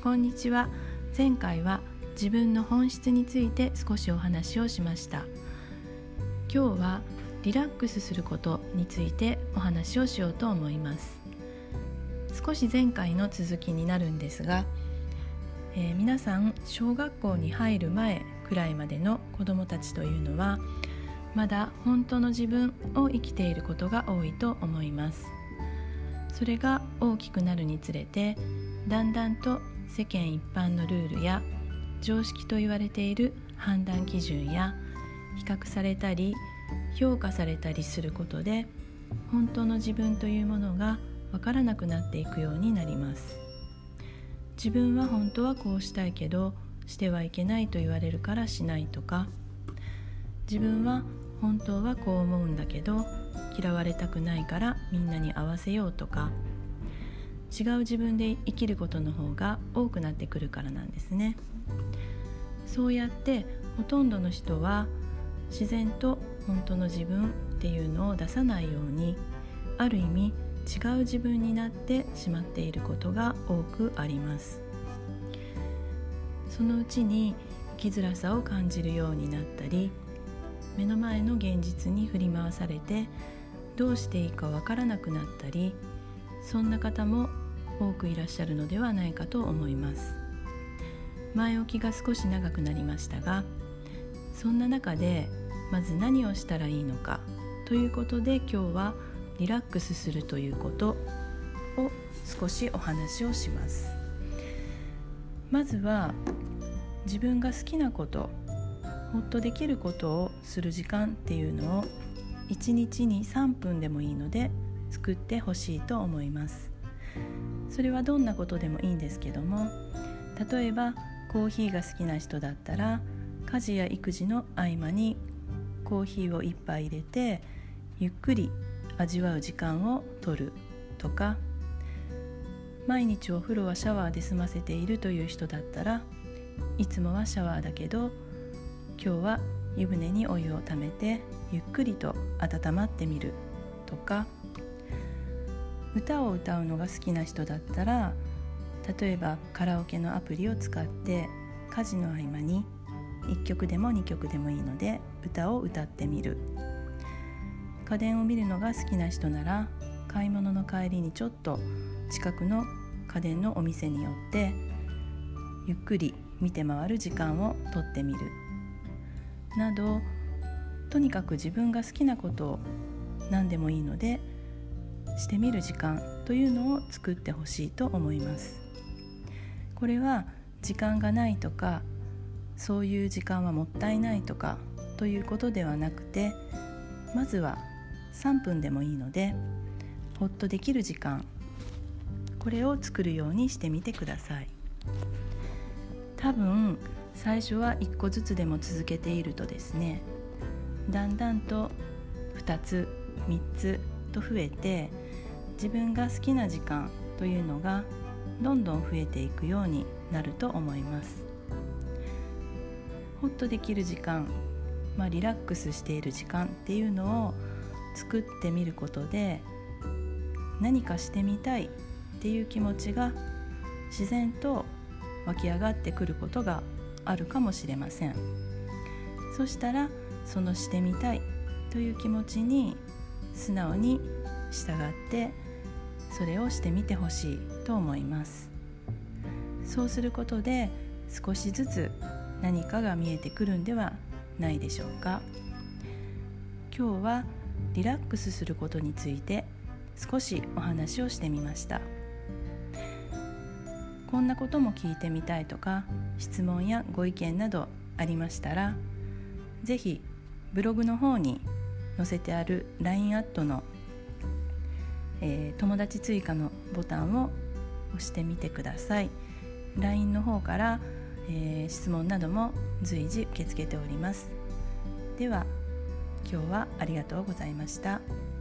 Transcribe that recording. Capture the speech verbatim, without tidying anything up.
こんにちは。前回は自分の本質について少しお話をしました。今日はリラックスすることについてお話をしようと思います。少し前回の続きになるんですが、えー、皆さん小学校に入る前くらいまでの子どもたちというのはまだ本当の自分を生きていることが多いと思います。それが大きくなるにつれてだんだんと世間一般のルールや常識と言われている判断基準や比較されたり評価されたりすることで本当の自分というものがわからなくなっていくようになります。自分は本当はこうしたいけどしてはいけないと言われるからしないとか、自分は本当はこう思うんだけど嫌われたくないからみんなに合わせようとか、違う自分で生きることの方が多くなってくるからなんですね。そうやってほとんどの人は自然と本当の自分っていうのを出さないように、ある意味違う自分になってしまっていることが多くあります。そのうちに生きづらさを感じるようになったり、目の前の現実に振り回されてどうしていいかわからなくなったり、そんな方も多くいらっしゃるのではないかと思います。前置きが少し長くなりましたが、そんな中でまず何をしたらいいのかということで、今日はリラックスするということを少しお話をします。まずは自分が好きなこと、ほっとできることをする時間っていうのをいちにちにさんぷんでもいいので作ってほしいと思います。それはどんなことでもいいんですけども、例えばコーヒーが好きな人だったら家事や育児の合間にコーヒーを一杯入れてゆっくり味わう時間を取るとか、毎日お風呂はシャワーで済ませているという人だったら、いつもはシャワーだけど今日は湯船にお湯をためてゆっくりと温まってみるとか、歌を歌うのが好きな人だったら、例えばカラオケのアプリを使って家事の合間にいっきょくでもにきょくでもいいので歌を歌ってみる。家電を見るのが好きな人なら、買い物の帰りにちょっと近くの家電のお店に寄ってゆっくり見て回る時間をとってみるなど、とにかく自分が好きなことを何でもいいのでしてみる時間というのを作ってほしいと思います。これは時間がないとか、そういう時間はもったいないとかということではなくて、まずはさんぷんでもいいのでほっとできる時間、これを作るようにしてみてください。多分最初はいっこずつでも続けているとですね、だんだんとふたつみっつと増えて、自分が好きな時間というのがどんどん増えていくようになると思います。ほっとできる時間、まあ、リラックスしている時間っていうのを作ってみることで、何かしてみたいっていう気持ちが自然と湧き上がってくることがあるかもしれません。そしたらそのしてみたいという気持ちに素直に従ってそれをしてみてほしいと思います。そうすることで少しずつ何かが見えてくるんではないでしょうか。今日はリラックスすることについて少しお話をしてみました。こんなことも聞いてみたいとか、質問やご意見などありましたら、ぜひブログの方に載せてある ライン アットの、えー、友達追加のボタンを押してみてください。 ライン の方から、えー、質問なども随時受け付けております。では今日はありがとうございました。